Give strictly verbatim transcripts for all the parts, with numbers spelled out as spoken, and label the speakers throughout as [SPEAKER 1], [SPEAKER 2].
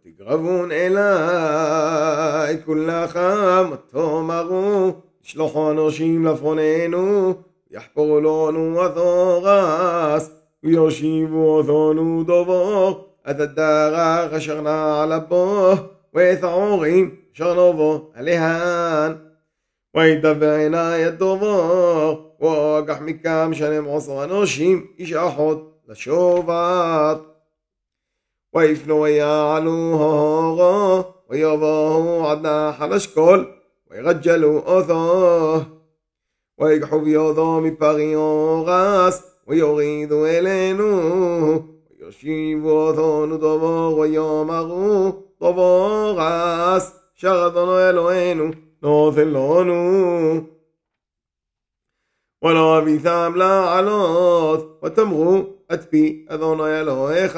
[SPEAKER 1] ותקרבון אליי כולכם ותאמרו שלוחו אנשים לפוננו יחפרו לנו התורס ויושיבו אותנו דבור עד הדרך אשר נעלה בו ואת העורים אשר נבוא עליהן וידבענה את דבור ואקח מכם שנים עשר אנשים איש אחד לשבת ויפנו ויעלו הורו ויבואו עד נחל אשכול וירג'לו אותו ויקחו בידו מפרי אורס ויורידו אלינו ויושיבו אותנו דבור ויאמרו דבור אס אשר אדונו אלוהינו נותן לנו ולא אביתם לעלות ותאמרו את פי אדונו אלוהיך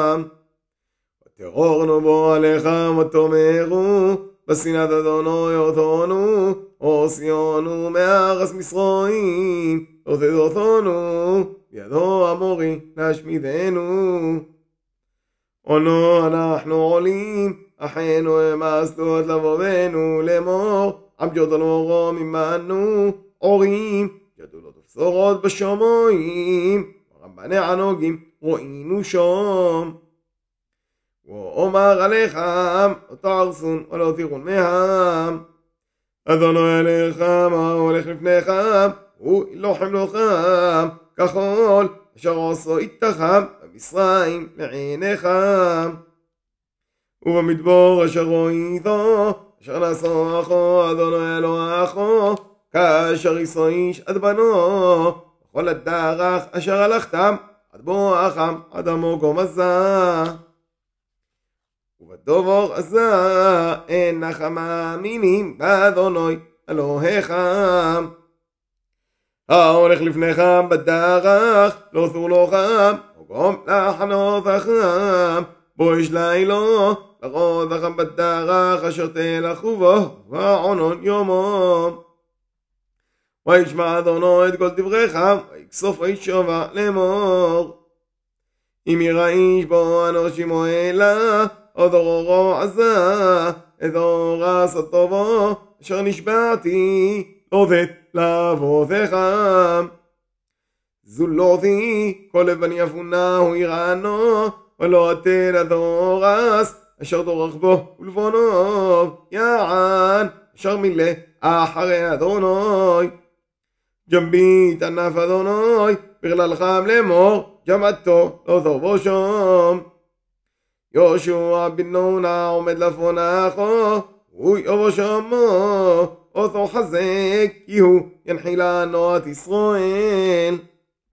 [SPEAKER 1] ותרורנו בו עליכם ותאמרו בשנאת אדונו אותנו הוציאנו מארץ מצרים עודד אותנו בידו אמורי להשמידנו אנו אנחנו עולים אחינו הם אסדות לבואנו לאמור עמדות אלוהים עמנו עורים גדולות ובשורות בשמיים ורבני ענוגים ראינו שם ואומר עליכם לא תהרסון ולא תירון מהם אדוני אליכם ההולך לפניכם הוא ילוחם לכם ככל אשר עשו איתכם במצרים לעיניכם ובמדבר אשר ראיתו אשר נשא אחו אדוני אלוהיכו כאשר יישא איש עד בנו וכל הדרך אשר הלכתם עד בואכם עד המקום הזה ובדבר הזה אינכם מאמינים באדוני אלוהיכם ההולך לפניכם בדרך לא תור לכם וגם לחנותכם בו יש לילו לרודכם בדרך אשר תלכו בו ועונון יומם וישמע אדונו את כל דבריכם ויקסוף וישובע לאמור אם ירא איש בו אנושים או אלה או דרורו עזה את אורס הטובו אשר נשבעתי עובד לאבותיכם זולותי כל לבן יפונה הוא יראנו ולא אתן את אורס אשר דורך בו ולבונו יען אשר מילא אחרי אדוני ג'מבית ענף אדוני בכללכם לאמור ג'מתו לא תבוא שם יהושע בן נונה עומד לפונךו הוא יבוא שמו אותו חזק כי הוא ינחיל לנו את ישראל